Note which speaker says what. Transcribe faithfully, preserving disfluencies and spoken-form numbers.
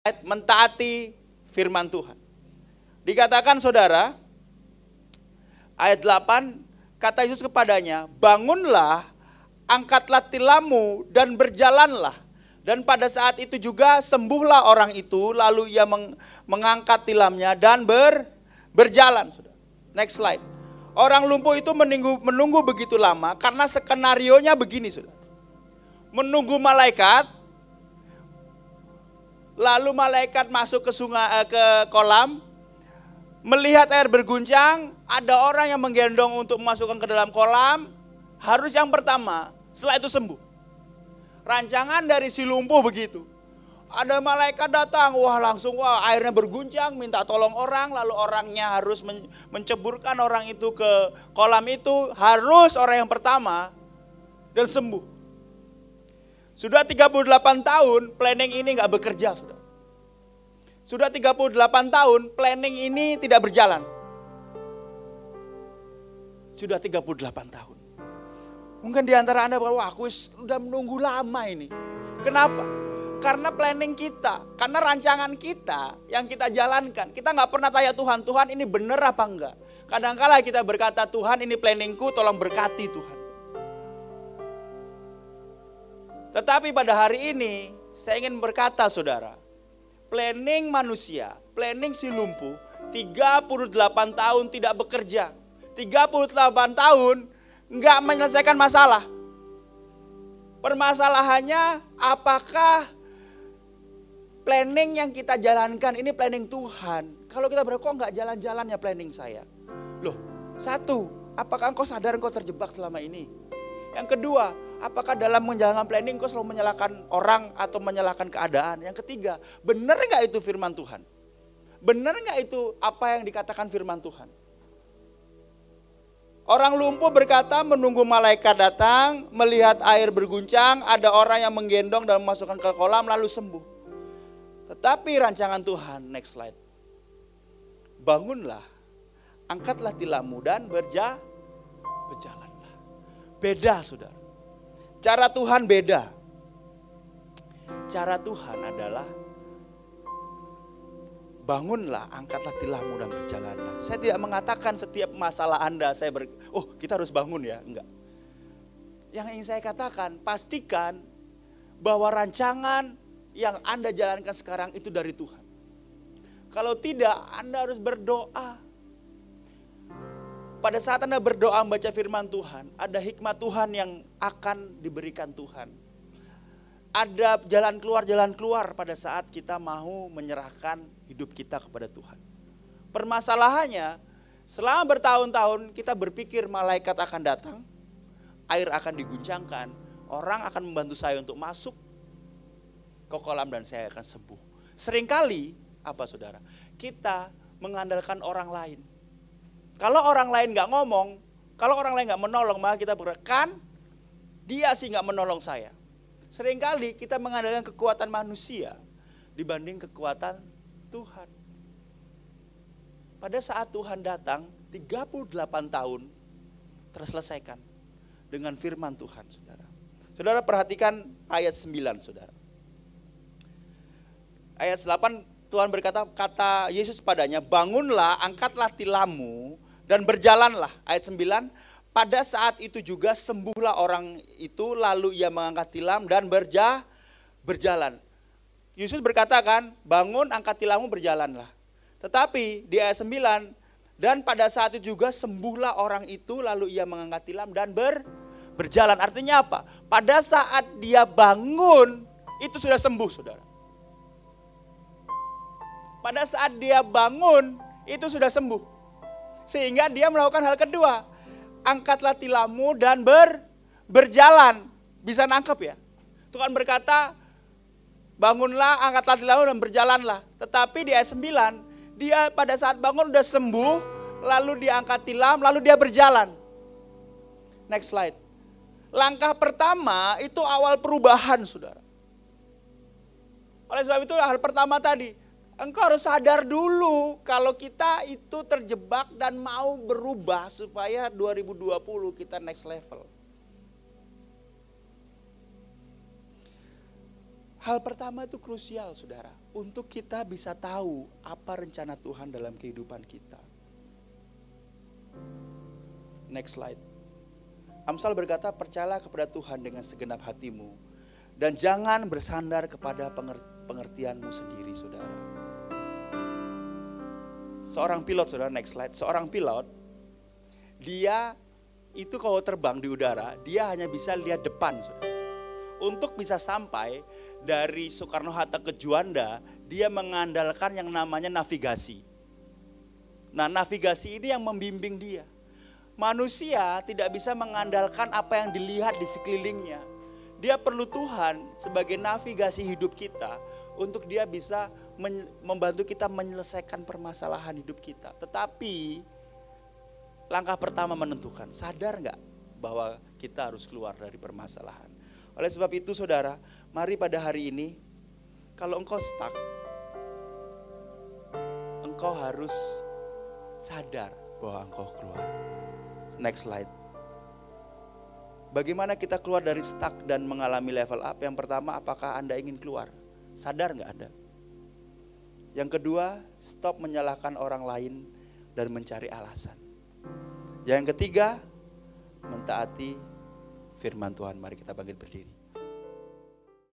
Speaker 1: mentaati firman Tuhan. Dikatakan saudara, ayat delapan, kata Yesus kepadanya, bangunlah, angkatlah tilammu dan berjalanlah. Dan pada saat itu juga sembuhlah orang itu, lalu ia meng, mengangkat tilamnya dan ber, berjalan. Next slide. Orang lumpuh itu menunggu, menunggu begitu lama karena skenarionya begini, saudara. Menunggu malaikat, lalu malaikat masuk ke sungai, ke kolam, melihat air berguncang, ada orang yang menggendong untuk memasukkan ke dalam kolam, harus yang pertama, setelah itu sembuh. Rancangan dari si lumpuh begitu. Ada malaikat datang, wah langsung wah airnya berguncang, minta tolong orang, lalu orangnya harus menceburkan orang itu ke kolam itu, harus orang yang pertama dan sembuh. Sudah tiga puluh delapan tahun planning ini gak bekerja, sudah. Sudah tiga puluh delapan tahun planning ini tidak berjalan. Sudah tiga puluh delapan tahun. Mungkin di antara Anda bahwa aku sudah menunggu lama ini. Kenapa? Karena planning kita, karena rancangan kita yang kita jalankan. Kita gak pernah tanya Tuhan, Tuhan ini benar apa enggak? Kadangkala kita berkata, Tuhan ini planningku, tolong berkati Tuhan. Tetapi pada hari ini, saya ingin berkata saudara, planning manusia, planning si lumpuh, tiga puluh delapan tahun tidak bekerja. tiga puluh delapan tahun enggak menyelesaikan masalah. Permasalahannya apakah planning yang kita jalankan ini planning Tuhan? Kalau kita berkata kok enggak jalan-jalan ya planning saya? Loh, satu, apakah engkau sadar engkau terjebak selama ini? Yang kedua, apakah dalam menjalankan planning engkau selalu menyalahkan orang atau menyalahkan keadaan? Yang ketiga, benar enggak itu firman Tuhan? Benar enggak itu apa yang dikatakan firman Tuhan? Orang lumpuh berkata menunggu malaikat datang, melihat air berguncang, ada orang yang menggendong dan memasukkan ke kolam lalu sembuh. Tetapi rancangan Tuhan, next slide. Bangunlah, angkatlah tilammu dan berja, berjalanlah. Beda saudara. Cara Tuhan beda. Cara Tuhan adalah bangunlah, angkatlah tilammu dan berjalanlah. Saya tidak mengatakan setiap masalah Anda, saya ber, oh kita harus bangun ya, enggak. Yang ingin saya katakan, pastikan bahwa rancangan yang Anda jalankan sekarang itu dari Tuhan. Kalau tidak, Anda harus berdoa. Pada saat Anda berdoa membaca firman Tuhan, ada hikmat Tuhan yang akan diberikan Tuhan. Ada jalan keluar-jalan keluar pada saat kita mau menyerahkan hidup kita kepada Tuhan. Permasalahannya, selama bertahun-tahun kita berpikir malaikat akan datang, air akan diguncangkan, orang akan membantu saya untuk masuk ke kolam dan saya akan sembuh. Seringkali, apa saudara, kita mengandalkan orang lain. Kalau orang lain gak ngomong, kalau orang lain gak menolong, maka kita berkata, kan dia sih gak menolong saya. Seringkali kita mengandalkan kekuatan manusia dibanding kekuatan Tuhan. Pada saat Tuhan datang, tiga puluh delapan tahun terselesaikan dengan firman Tuhan, saudara. Saudara perhatikan ayat sembilan, saudara. Ayat delapan, Tuhan berkata, kata Yesus padanya, bangunlah, angkatlah tilammu dan berjalanlah. Ayat sembilan, pada saat itu juga sembuhlah orang itu, lalu ia mengangkat tilam dan berja, berjalan. Yesus berkata kan, bangun, angkat tilammu, berjalanlah. Tetapi di ayat sembilan, dan pada saat itu juga sembuhlah orang itu, lalu ia mengangkat tilam dan ber, berjalan. Artinya apa? Pada saat dia bangun, itu sudah sembuh, saudara. Pada saat dia bangun, itu sudah sembuh. Sehingga dia melakukan hal kedua. Angkatlah tilammu dan ber, berjalan. Bisa nangkep ya? Tuhan berkata, bangunlah, angkatlah tilammu dan berjalanlah. Tetapi di ayat sembilan, dia pada saat bangun udah sembuh, lalu dia angkat tilam, lalu dia berjalan. Next slide. Langkah pertama itu awal perubahan, saudara. Oleh sebab itu hal pertama tadi, engkau harus sadar dulu kalau kita itu terjebak dan mau berubah supaya dua ribu dua puluh kita next level. Hal pertama itu krusial, saudara, untuk kita bisa tahu apa rencana Tuhan dalam kehidupan kita. Next slide. Amsal berkata, percayalah kepada Tuhan dengan segenap hatimu dan jangan bersandar kepada pengertianmu sendiri, saudara. Seorang pilot, saudara, next slide. Seorang pilot, dia itu kalau terbang di udara, dia hanya bisa lihat depan, saudara. Untuk bisa sampai dari Soekarno-Hatta ke Juanda, dia mengandalkan yang namanya navigasi. Nah, navigasi ini yang membimbing dia. Manusia tidak bisa mengandalkan apa yang dilihat di sekelilingnya. Dia perlu Tuhan sebagai navigasi hidup kita untuk dia bisa membantu kita menyelesaikan permasalahan hidup kita. Tetapi langkah pertama menentukan, sadar nggak bahwa kita harus keluar dari permasalahan. Oleh sebab itu, saudara, mari pada hari ini, kalau engkau stuck, engkau harus sadar bahwa engkau keluar. Next slide. Bagaimana kita keluar dari stuck dan mengalami level up? Yang pertama, apakah Anda ingin keluar? Sadar nggak Anda? Yang kedua, stop menyalahkan orang lain dan mencari alasan. Yang ketiga, mentaati firman Tuhan. Mari kita bangkit berdiri.